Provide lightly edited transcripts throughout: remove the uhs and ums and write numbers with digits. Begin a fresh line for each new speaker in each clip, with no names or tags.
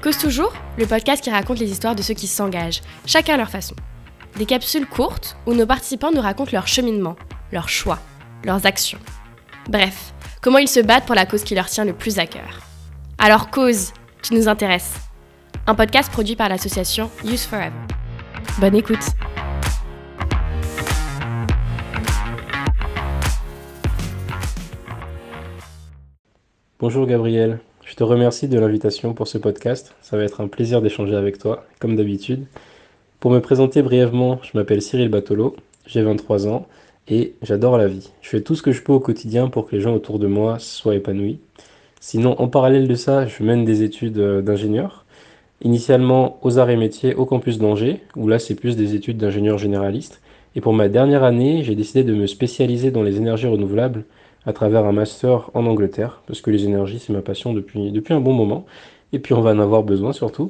Cause toujours, le podcast qui raconte les histoires de ceux qui s'engagent, chacun à leur façon. Des capsules courtes où nos participants nous racontent leur cheminement, leurs choix, leurs actions. Bref, comment ils se battent pour la cause qui leur tient le plus à cœur. Alors Cause, tu nous intéresses. Un podcast produit par l'association Youth Forever. Bonne écoute.
Bonjour Gabriel, je te remercie de l'invitation pour ce podcast. Ça va être un plaisir d'échanger avec toi, comme d'habitude. Pour me présenter brièvement, je m'appelle Cyril Batolo, j'ai 23 ans et j'adore la vie. Je fais tout ce que je peux au quotidien pour que les gens autour de moi soient épanouis. Sinon, en parallèle de ça, je mène des études d'ingénieur. Initialement aux arts et métiers au campus d'Angers, où là c'est plus des études d'ingénieur généraliste. Et pour ma dernière année, j'ai décidé de me spécialiser dans les énergies renouvelables à travers un master en Angleterre, parce que les énergies c'est ma passion depuis un bon moment, et puis on va en avoir besoin surtout.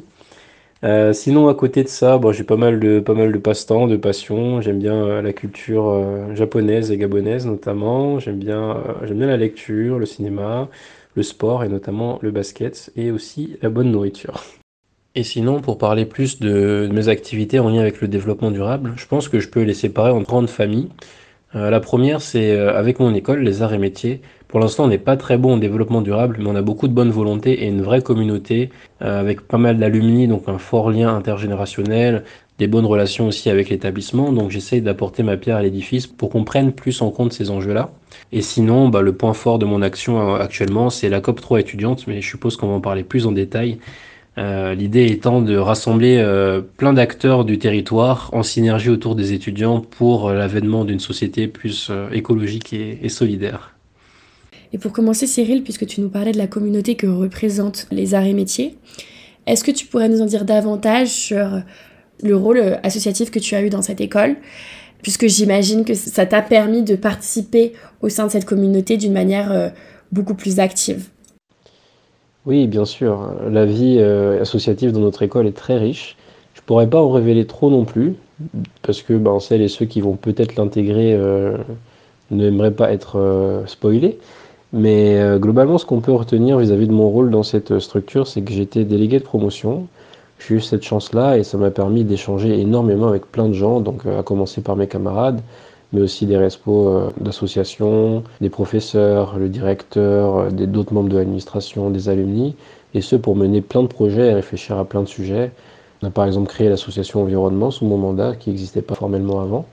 Sinon à côté de ça, bon, j'ai pas mal de passe-temps, de passions. J'aime bien la culture japonaise et gabonaise notamment. J'aime bien la lecture, le cinéma, le sport et notamment le basket, et aussi la bonne nourriture. Et sinon, pour parler plus de mes activités en lien avec le développement durable, je pense que je peux les séparer en grandes familles. La première, c'est avec mon école, les arts et métiers. Pour l'instant, on n'est pas très bon en développement durable, mais on a beaucoup de bonne volonté et une vraie communauté avec pas mal d'alumni, donc un fort lien intergénérationnel, des bonnes relations aussi avec l'établissement. Donc j'essaye d'apporter ma pierre à l'édifice pour qu'on prenne plus en compte ces enjeux-là. Et sinon, le point fort de mon action actuellement, c'est la COP3 étudiante, mais je suppose qu'on va en parler plus en détail. L'idée étant de rassembler plein d'acteurs du territoire en synergie autour des étudiants pour l'avènement d'une société plus écologique et solidaire.
Et pour commencer Cyril, puisque tu nous parlais de la communauté que représentent les arts et métiers, est-ce que tu pourrais nous en dire davantage sur le rôle associatif que tu as eu dans cette école, puisque j'imagine que ça t'a permis de participer au sein de cette communauté d'une manière beaucoup plus active.
Oui, bien sûr, la vie associative dans notre école est très riche. Je pourrais pas en révéler trop non plus, parce que celles et ceux qui vont peut-être l'intégrer n'aimeraient pas être spoilés. Mais globalement, ce qu'on peut retenir vis-à-vis de mon rôle dans cette structure, c'est que j'étais délégué de promotion. J'ai eu cette chance-là et ça m'a permis d'échanger énormément avec plein de gens, donc à commencer par mes camarades, mais aussi des respos d'associations, des professeurs, le directeur, d'autres membres de l'administration, des alumni, et ce pour mener plein de projets et réfléchir à plein de sujets. On a par exemple créé l'association Environnement sous mon mandat, qui n'existait pas formellement avant,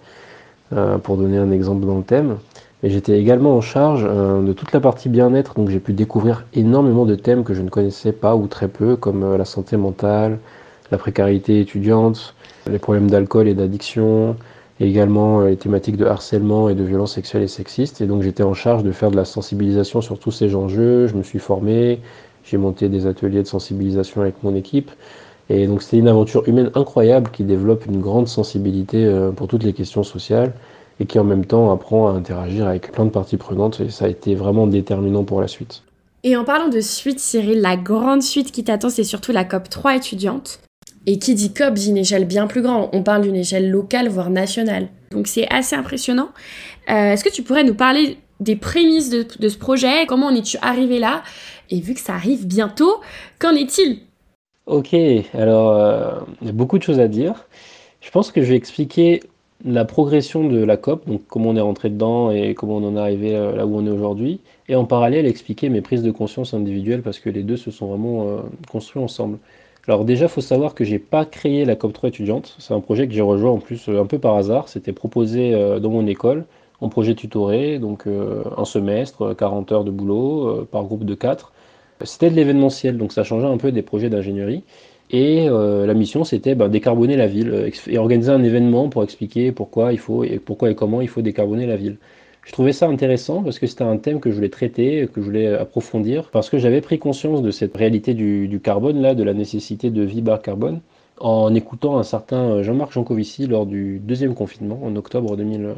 pour donner un exemple dans le thème. Mais j'étais également en charge de toute la partie bien-être, donc j'ai pu découvrir énormément de thèmes que je ne connaissais pas ou très peu, comme la santé mentale, la précarité étudiante, les problèmes d'alcool et d'addiction, et également les thématiques de harcèlement et de violences sexuelles et sexistes. Et donc j'étais en charge de faire de la sensibilisation sur tous ces enjeux, je me suis formé, j'ai monté des ateliers de sensibilisation avec mon équipe. Et donc c'était une aventure humaine incroyable qui développe une grande sensibilité pour toutes les questions sociales et qui en même temps apprend à interagir avec plein de parties prenantes et ça a été vraiment déterminant pour la suite.
Et en parlant de suite, Cyril, la grande suite qui t'attend, c'est surtout la COP3 étudiante. Et qui dit COP dit une échelle bien plus grande. On parle d'une échelle locale, voire nationale. Donc c'est assez impressionnant. Est-ce que tu pourrais nous parler des prémices de ce projet? Comment en es-tu arrivé là? Et vu que ça arrive bientôt, qu'en est-il?
Ok, alors il y a beaucoup de choses à dire. Je pense que je vais expliquer la progression de la COP, donc comment on est rentré dedans et comment on en est arrivé là où on est aujourd'hui, et en parallèle expliquer mes prises de conscience individuelles parce que les deux se sont vraiment construits ensemble. Alors déjà, il faut savoir que j'ai pas créé la COP3 étudiante, c'est un projet que j'ai rejoint en plus un peu par hasard, c'était proposé dans mon école en projet tutoré, donc un semestre, 40 heures de boulot par groupe de 4. C'était de l'événementiel, donc ça changeait un peu des projets d'ingénierie. Et la mission, c'était décarboner la ville et organiser un événement pour expliquer pourquoi et comment il faut décarboner la ville. Je trouvais ça intéressant parce que c'était un thème que je voulais traiter, que je voulais approfondir, parce que j'avais pris conscience de cette réalité du carbone, là, de la nécessité de vie bas carbone, en écoutant un certain Jean-Marc Jancovici lors du deuxième confinement, en octobre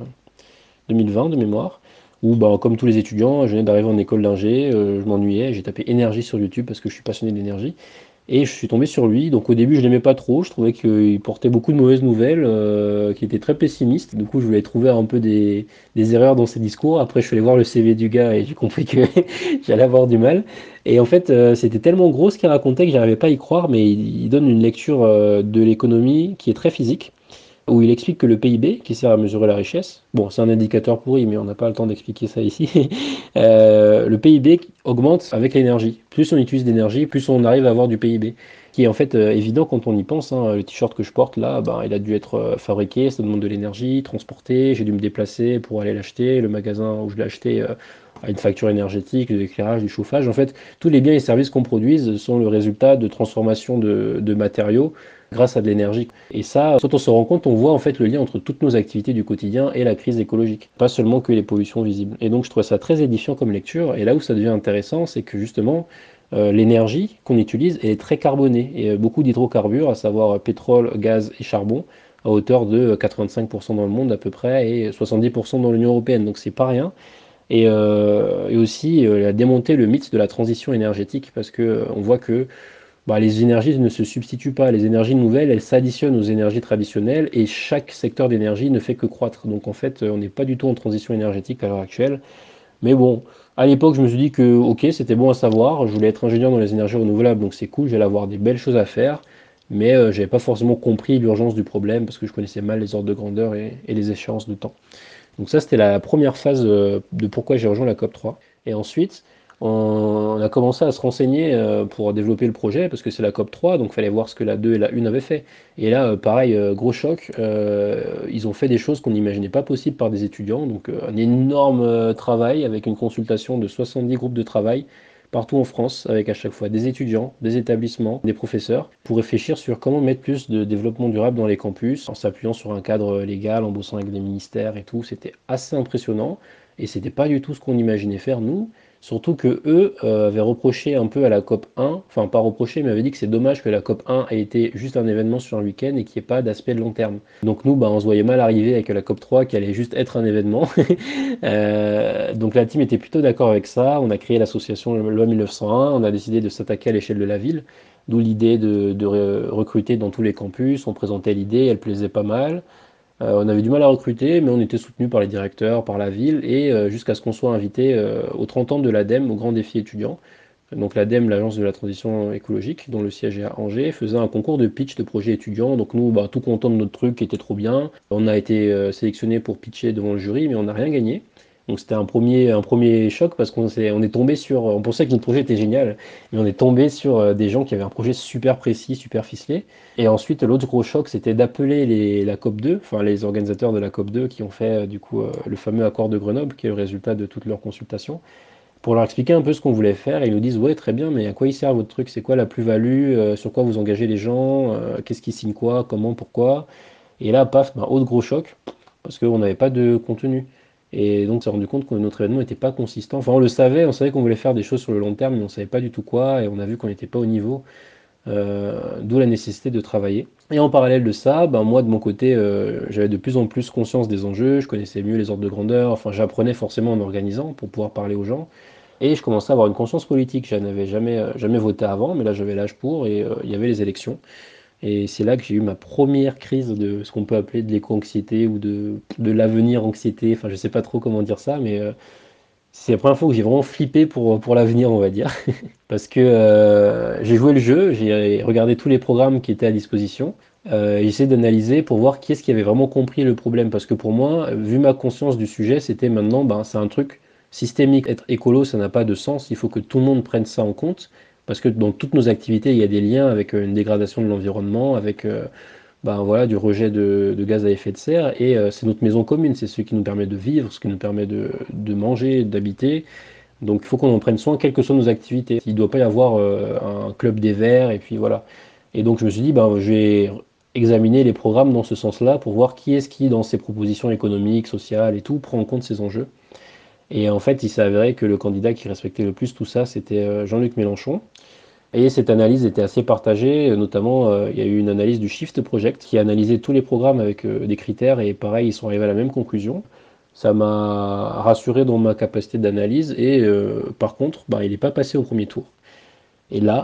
2020 de mémoire, où comme tous les étudiants, je venais d'arriver en école d'ingé, je m'ennuyais, j'ai tapé énergie sur YouTube parce que je suis passionné d'énergie. Et je suis tombé sur lui. Donc au début, je l'aimais pas trop. Je trouvais qu'il portait beaucoup de mauvaises nouvelles, qu'il était très pessimiste. Du coup, je voulais trouver un peu des erreurs dans ses discours. Après, je suis allé voir le CV du gars et j'ai compris que j'allais avoir du mal. Et en fait, c'était tellement gros ce qu'il racontait que j'arrivais pas à y croire. Mais il donne une lecture de l'économie qui est très physique, où il explique que le PIB, qui sert à mesurer la richesse, bon, c'est un indicateur pourri, mais on n'a pas le temps d'expliquer ça ici, le PIB augmente avec l'énergie. Plus on utilise d'énergie, plus on arrive à avoir du PIB, qui est en fait évident quand on y pense, hein. Le t-shirt que je porte là, ben, il a dû être fabriqué, ça demande de l'énergie, transporté, j'ai dû me déplacer pour aller l'acheter, le magasin où je l'ai acheté a une facture énergétique, de l'éclairage, du chauffage. En fait, tous les biens et services qu'on produise sont le résultat de transformation de matériaux grâce à de l'énergie. Et ça, quand on se rend compte, on voit en fait le lien entre toutes nos activités du quotidien et la crise écologique, pas seulement que les pollutions visibles. Et donc je trouve ça très édifiant comme lecture. Et là où ça devient intéressant, c'est que justement, l'énergie qu'on utilise est très carbonée. Et beaucoup d'hydrocarbures, à savoir pétrole, gaz et charbon, à hauteur de 85% dans le monde à peu près et 70% dans l'Union européenne. Donc c'est pas rien. Et aussi, elle a démonté le mythe de la transition énergétique parce que on voit que bah, les énergies ne se substituent pas. Les énergies nouvelles, elles s'additionnent aux énergies traditionnelles et chaque secteur d'énergie ne fait que croître. Donc en fait, on n'est pas du tout en transition énergétique à l'heure actuelle. Mais bon, à l'époque, je me suis dit que ok, c'était bon à savoir. Je voulais être ingénieur dans les énergies renouvelables, donc c'est cool, j'allais avoir des belles choses à faire. Mais j'avais pas forcément compris l'urgence du problème parce que je connaissais mal les ordres de grandeur et les échéances de temps. Donc ça, c'était la première phase de pourquoi j'ai rejoint la COP3. Et ensuite, on a commencé à se renseigner pour développer le projet, parce que c'est la COP3, donc il fallait voir ce que la 2 et la 1 avaient fait. Et là, pareil, gros choc, ils ont fait des choses qu'on n'imaginait pas possibles par des étudiants. Donc un énorme travail avec une consultation de 70 groupes de travail partout en France, avec à chaque fois des étudiants, des établissements, des professeurs, pour réfléchir sur comment mettre plus de développement durable dans les campus, en s'appuyant sur un cadre légal, en bossant avec des ministères et tout. C'était assez impressionnant, et c'était pas du tout ce qu'on imaginait faire nous. Surtout que eux avaient reproché un peu à la COP 1, enfin pas reproché, mais avaient dit que c'est dommage que la COP 1 ait été juste un événement sur un week-end et qu'il n'y ait pas d'aspect de long terme. Donc nous, bah, on se voyait mal arriver avec la COP 3 qui allait juste être un événement. Donc la team était plutôt d'accord avec ça. On a créé l'association Loi 1901. On a décidé de s'attaquer à l'échelle de la ville, d'où l'idée de recruter dans tous les campus. On présentait l'idée, elle plaisait pas mal. On avait du mal à recruter, mais on était soutenu par les directeurs, par la ville, et jusqu'à ce qu'on soit invité aux 30 ans de l'ADEME, au grand défi étudiant. Donc l'ADEME, l'Agence de la transition écologique, dont le siège est à Angers, faisait un concours de pitch de projets étudiants. Donc nous, bah, tout content de notre truc qui était trop bien. On a été sélectionné pour pitcher devant le jury, mais on n'a rien gagné. Donc c'était un premier choc parce on est tombé sur, on pensait que notre projet était génial, mais on est tombé sur des gens qui avaient un projet super précis, super ficelé. Et ensuite, l'autre gros choc, c'était d'appeler la COP2, enfin les organisateurs de la COP2 qui ont fait du coup le fameux accord de Grenoble, qui est le résultat de toutes leurs consultations, pour leur expliquer un peu ce qu'on voulait faire. Et ils nous disent, ouais, très bien, mais à quoi il sert votre truc? C'est quoi la plus-value? Sur quoi vous engagez les gens? Qu'est-ce qui signe quoi? Comment? Pourquoi? Et là, paf, ben, autre gros choc, parce qu'on n'avait pas de contenu. Et donc, on s'est rendu compte que notre événement n'était pas consistant. Enfin, on savait qu'on voulait faire des choses sur le long terme, mais on ne savait pas du tout quoi, et on a vu qu'on n'était pas au niveau, d'où la nécessité de travailler. Et en parallèle de ça, ben, moi, de mon côté, j'avais de plus en plus conscience des enjeux, je connaissais mieux les ordres de grandeur, enfin, j'apprenais forcément en organisant pour pouvoir parler aux gens. Et je commençais à avoir une conscience politique. Je n'avais jamais voté avant, mais là j'avais l'âge pour et il y avait les élections. Et c'est là que j'ai eu ma première crise de ce qu'on peut appeler de l'éco-anxiété ou de l'avenir anxiété. Enfin, je sais pas trop comment dire ça, mais c'est la première fois que j'ai vraiment flippé pour l'avenir, on va dire. Parce que j'ai joué le jeu, j'ai regardé tous les programmes qui étaient à disposition. J'ai essayé d'analyser pour voir qui est-ce qui avait vraiment compris le problème. Parce que pour moi, vu ma conscience du sujet, c'était maintenant, ben, c'est un truc systémique. Être écolo, ça n'a pas de sens. Il faut que tout le monde prenne ça en compte. Parce que dans toutes nos activités, il y a des liens avec une dégradation de l'environnement, avec ben, voilà, du rejet de gaz à effet de serre. Et c'est notre maison commune, c'est ce qui nous permet de vivre, ce qui nous permet de manger, d'habiter. Donc il faut qu'on en prenne soin, quelles que soient nos activités. Il ne doit pas y avoir un club des verts, et puis voilà. Et donc je me suis dit, ben, je vais examiner les programmes dans ce sens-là pour voir qui est-ce qui, dans ses propositions économiques, sociales et tout, prend en compte ces enjeux. Et en fait, il s'est avéré que le candidat qui respectait le plus tout ça, c'était Jean-Luc Mélenchon. Et cette analyse était assez partagée, notamment il y a eu une analyse du Shift Project qui a analysé tous les programmes avec des critères et pareil, ils sont arrivés à la même conclusion. Ça m'a rassuré dans ma capacité d'analyse et par contre, bah, il n'est pas passé au premier tour. Et là,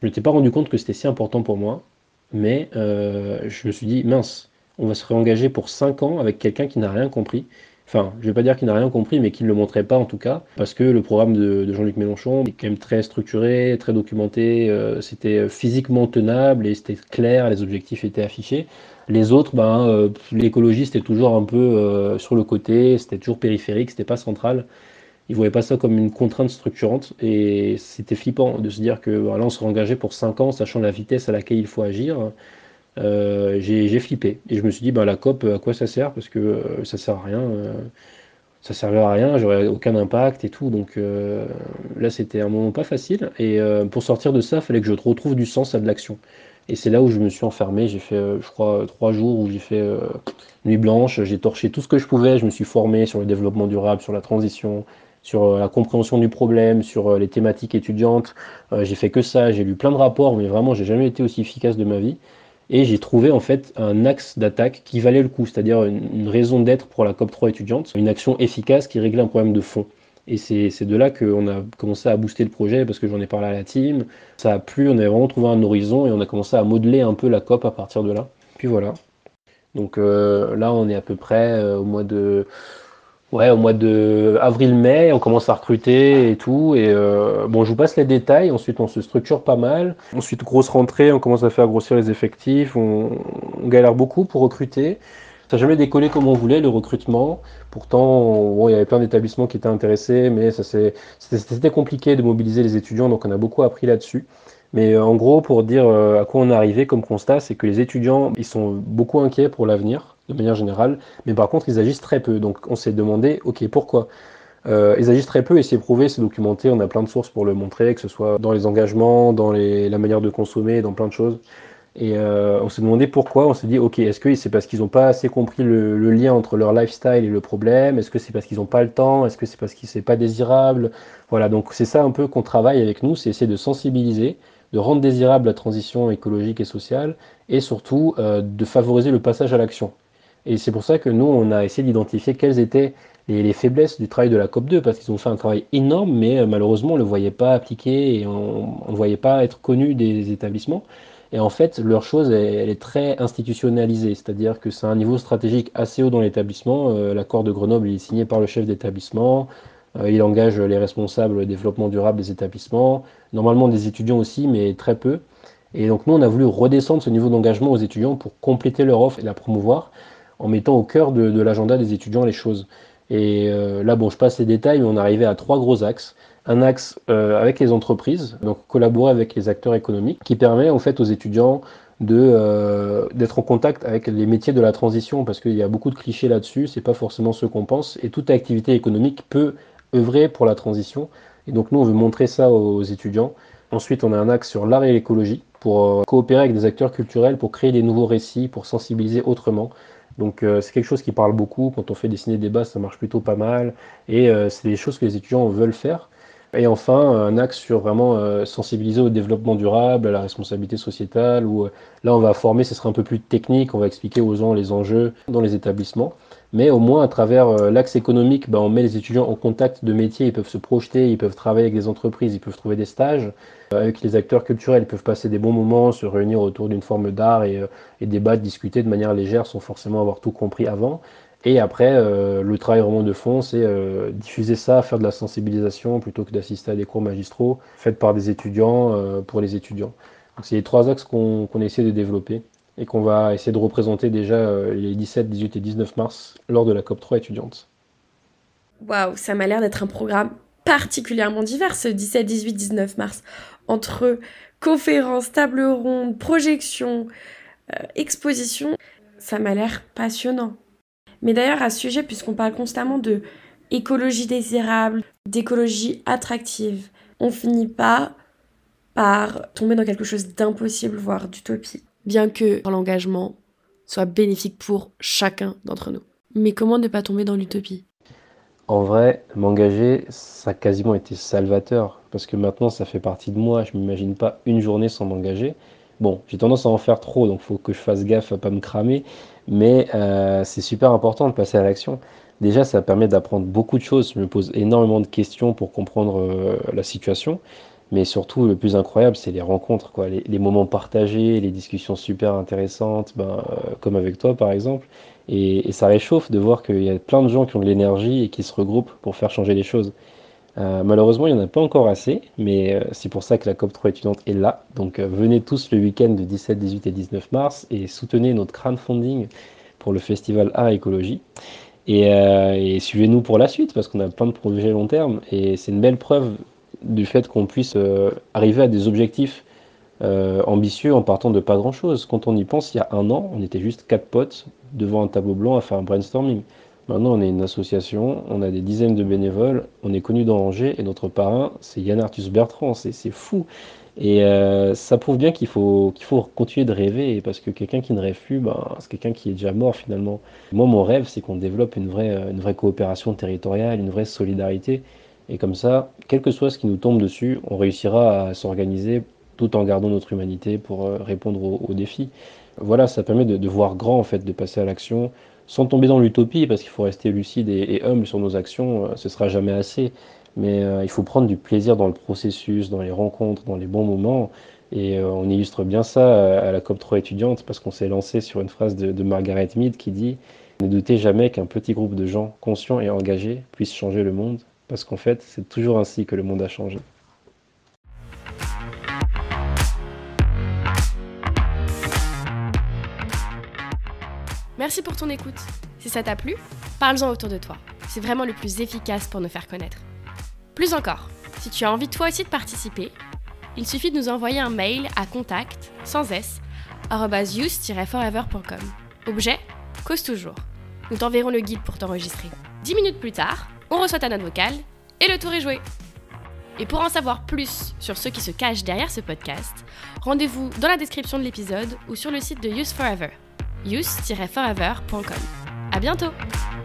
Je ne m'étais pas rendu compte que c'était si important pour moi, mais je me suis dit, mince, on va se réengager pour 5 ans avec quelqu'un qui n'a rien compris. Enfin, je vais pas dire qu'il n'a rien compris, mais qui ne le montrait pas en tout cas, parce que le programme de Jean-Luc Mélenchon est quand même très structuré, très documenté, c'était physiquement tenable et c'était clair, les objectifs étaient affichés. Les autres, l'écologie c'était toujours un peu sur le côté, c'était toujours périphérique, c'était pas central. Ils voyaient pas ça comme une contrainte structurante et c'était flippant de se dire que là on serait engagé pour 5 ans, sachant la vitesse à laquelle il faut agir. J'ai flippé et je me suis dit la COP à quoi ça sert parce que ça sert à rien, ça servait à rien, j'aurais aucun impact et tout donc là c'était un moment pas facile et pour sortir de ça, il fallait que je retrouve du sens à de l'action et c'est là où je me suis enfermé. J'ai fait je crois 3 jours où j'ai fait nuit blanche, j'ai torché tout ce que je pouvais, je me suis formé sur le développement durable, sur la transition, sur la compréhension du problème, sur les thématiques étudiantes. J'ai fait que ça, j'ai lu plein de rapports, mais vraiment, j'ai jamais été aussi efficace de ma vie. Et j'ai trouvé en fait un axe d'attaque qui valait le coup, c'est-à-dire une raison d'être pour la COP3 étudiante, une action efficace qui réglait un problème de fond. Et c'est de là qu'on a commencé à booster le projet parce que j'en ai parlé à la team. Ça a plu, on avait vraiment trouvé un horizon et on a commencé à modeler un peu la COP à partir de là. Puis voilà. Donc là, on est à peu près au mois de avril-mai, on commence à recruter et tout. Et bon, je vous passe les détails. Ensuite, on se structure pas mal. Ensuite, grosse rentrée, on commence à faire grossir les effectifs. On galère beaucoup pour recruter. Ça n'a jamais décollé comme on voulait, le recrutement. Pourtant, bon, il y avait plein d'établissements qui étaient intéressés, mais c'était compliqué de mobiliser les étudiants, donc on a beaucoup appris là-dessus. Mais en gros, pour dire à quoi on est arrivé comme constat, c'est que les étudiants, ils sont beaucoup inquiets pour l'avenir, de manière générale, mais par contre, ils agissent très peu. Donc on s'est demandé, ok, pourquoi? Ils agissent très peu et c'est prouvé, c'est documenté, on a plein de sources pour le montrer, que ce soit dans les engagements, dans la manière de consommer, dans plein de choses. Et on s'est demandé pourquoi, on s'est dit, ok, est-ce que c'est parce qu'ils n'ont pas assez compris le lien entre leur lifestyle et le problème? Est-ce que c'est parce qu'ils n'ont pas le temps? Est-ce que c'est parce que c'est pas désirable? Voilà, donc c'est ça un peu qu'on travaille avec nous, c'est essayer de sensibiliser, de rendre désirable la transition écologique et sociale, et surtout de favoriser le passage à l'action. Et c'est pour ça que nous, on a essayé d'identifier quelles étaient les faiblesses du travail de la COP2, parce qu'ils ont fait un travail énorme, mais malheureusement, on ne le voyait pas appliqué et on ne voyait pas être connu des établissements. Et en fait, leur chose, elle est très institutionnalisée, c'est-à-dire que c'est un niveau stratégique assez haut dans l'établissement. L'accord de Grenoble, il est signé par le chef d'établissement. Il engage les responsables développement durable des établissements, normalement des étudiants aussi, mais très peu. Et donc nous, on a voulu redescendre ce niveau d'engagement aux étudiants pour compléter leur offre et la promouvoir en mettant au cœur de l'agenda des étudiants les choses. Et là, bon, je passe les détails, mais on est arrivé à 3 gros axes. Un axe avec les entreprises, donc collaborer avec les acteurs économiques, qui permet en fait aux étudiants d'être en contact avec les métiers de la transition, parce qu'il y a beaucoup de clichés là-dessus, c'est pas forcément ce qu'on pense, et toute activité économique peut œuvrer pour la transition. Et donc nous, on veut montrer ça aux étudiants. Ensuite, on a un axe sur l'art et l'écologie, pour coopérer avec des acteurs culturels, pour créer des nouveaux récits, pour sensibiliser autrement. Donc c'est quelque chose qui parle beaucoup. Quand on fait des ciné-débats, ça marche plutôt pas mal. Et c'est des choses que les étudiants veulent faire. Et enfin, un axe sur vraiment sensibiliser au développement durable, à la responsabilité sociétale, où là on va former, ce sera un peu plus technique, on va expliquer aux gens les enjeux dans les établissements. Mais au moins à travers l'axe économique, on met les étudiants en contact de métiers, ils peuvent se projeter, ils peuvent travailler avec des entreprises, ils peuvent trouver des stages. Avec les acteurs culturels, ils peuvent passer des bons moments, se réunir autour d'une forme d'art et débattre, discuter de manière légère sans forcément avoir tout compris avant. Et après, le travail vraiment de fond, c'est diffuser ça, faire de la sensibilisation plutôt que d'assister à des cours magistraux faits par des étudiants pour les étudiants. Donc c'est les 3 axes qu'on essaie de développer et qu'on va essayer de représenter déjà les 17, 18 et 19 mars lors de la COP3 étudiante.
Waouh, ça m'a l'air d'être un programme particulièrement divers ce 17, 18, 19 mars. Entre conférences, tables rondes, projections, expositions, ça m'a l'air passionnant. Mais d'ailleurs, à ce sujet, puisqu'on parle constamment de écologie désirable, d'écologie attractive, on finit pas par tomber dans quelque chose d'impossible, voire d'utopie. Bien que l'engagement soit bénéfique pour chacun d'entre nous. Mais comment ne pas tomber dans l'utopie?
En vrai, m'engager, ça a quasiment été salvateur, parce que maintenant ça fait partie de moi, je m'imagine pas une journée sans m'engager. Bon, j'ai tendance à en faire trop, donc faut que je fasse gaffe à pas me cramer, mais c'est super important de passer à l'action. Déjà, ça permet d'apprendre beaucoup de choses, je me pose énormément de questions pour comprendre la situation, Mais surtout, le plus incroyable, c'est les rencontres, quoi, les moments partagés, les discussions super intéressantes, comme avec toi par exemple. Et ça réchauffe de voir qu'il y a plein de gens qui ont de l'énergie et qui se regroupent pour faire changer les choses. Malheureusement, il n'y en a pas encore assez, mais c'est pour ça que la COP3 étudiante est là. Donc venez tous le week-end de 17, 18 et 19 mars et soutenez notre crowdfunding pour le festival Art et Écologie. Et suivez-nous pour la suite, parce qu'on a plein de projets long terme, et c'est une belle preuve du fait qu'on puisse arriver à des objectifs ambitieux en partant de pas grand-chose. Quand on y pense, il y a un an, on était juste quatre potes devant un tableau blanc à faire un brainstorming. Maintenant, on est une association, on a des dizaines de bénévoles, on est connu dans Angers, et notre parrain, c'est Yann Arthus Bertrand, c'est fou. Et ça prouve bien qu'il faut continuer de rêver, parce que quelqu'un qui ne rêve plus, c'est quelqu'un qui est déjà mort finalement. Moi, mon rêve, c'est qu'on développe une vraie coopération territoriale, une vraie solidarité. Et comme ça, quel que soit ce qui nous tombe dessus, on réussira à s'organiser tout en gardant notre humanité pour répondre aux défis. Voilà, ça permet de voir grand, en fait, de passer à l'action, sans tomber dans l'utopie, parce qu'il faut rester lucide et humble sur nos actions, ce sera jamais assez. Mais il faut prendre du plaisir dans le processus, dans les rencontres, dans les bons moments. Et on illustre bien ça à la COP3 étudiante, parce qu'on s'est lancé sur une phrase de Margaret Mead qui dit: ne doutez jamais qu'un petit groupe de gens conscients et engagés puisse changer le monde, parce qu'en fait, c'est toujours ainsi que le monde a changé.
Merci pour ton écoute. Si ça t'a plu, parle-en autour de toi. C'est vraiment le plus efficace pour nous faire connaître. Plus encore, si tu as envie toi aussi de participer, il suffit de nous envoyer un mail à contact, sans s, @youth-forever.com. Objet, cause toujours. Nous t'enverrons le guide pour t'enregistrer. 10 minutes plus tard, on reçoit ta note vocale et le tour est joué. Et pour en savoir plus sur ceux qui se cachent derrière ce podcast, rendez-vous dans la description de l'épisode ou sur le site de Youth Forever, youth-forever.com. À bientôt!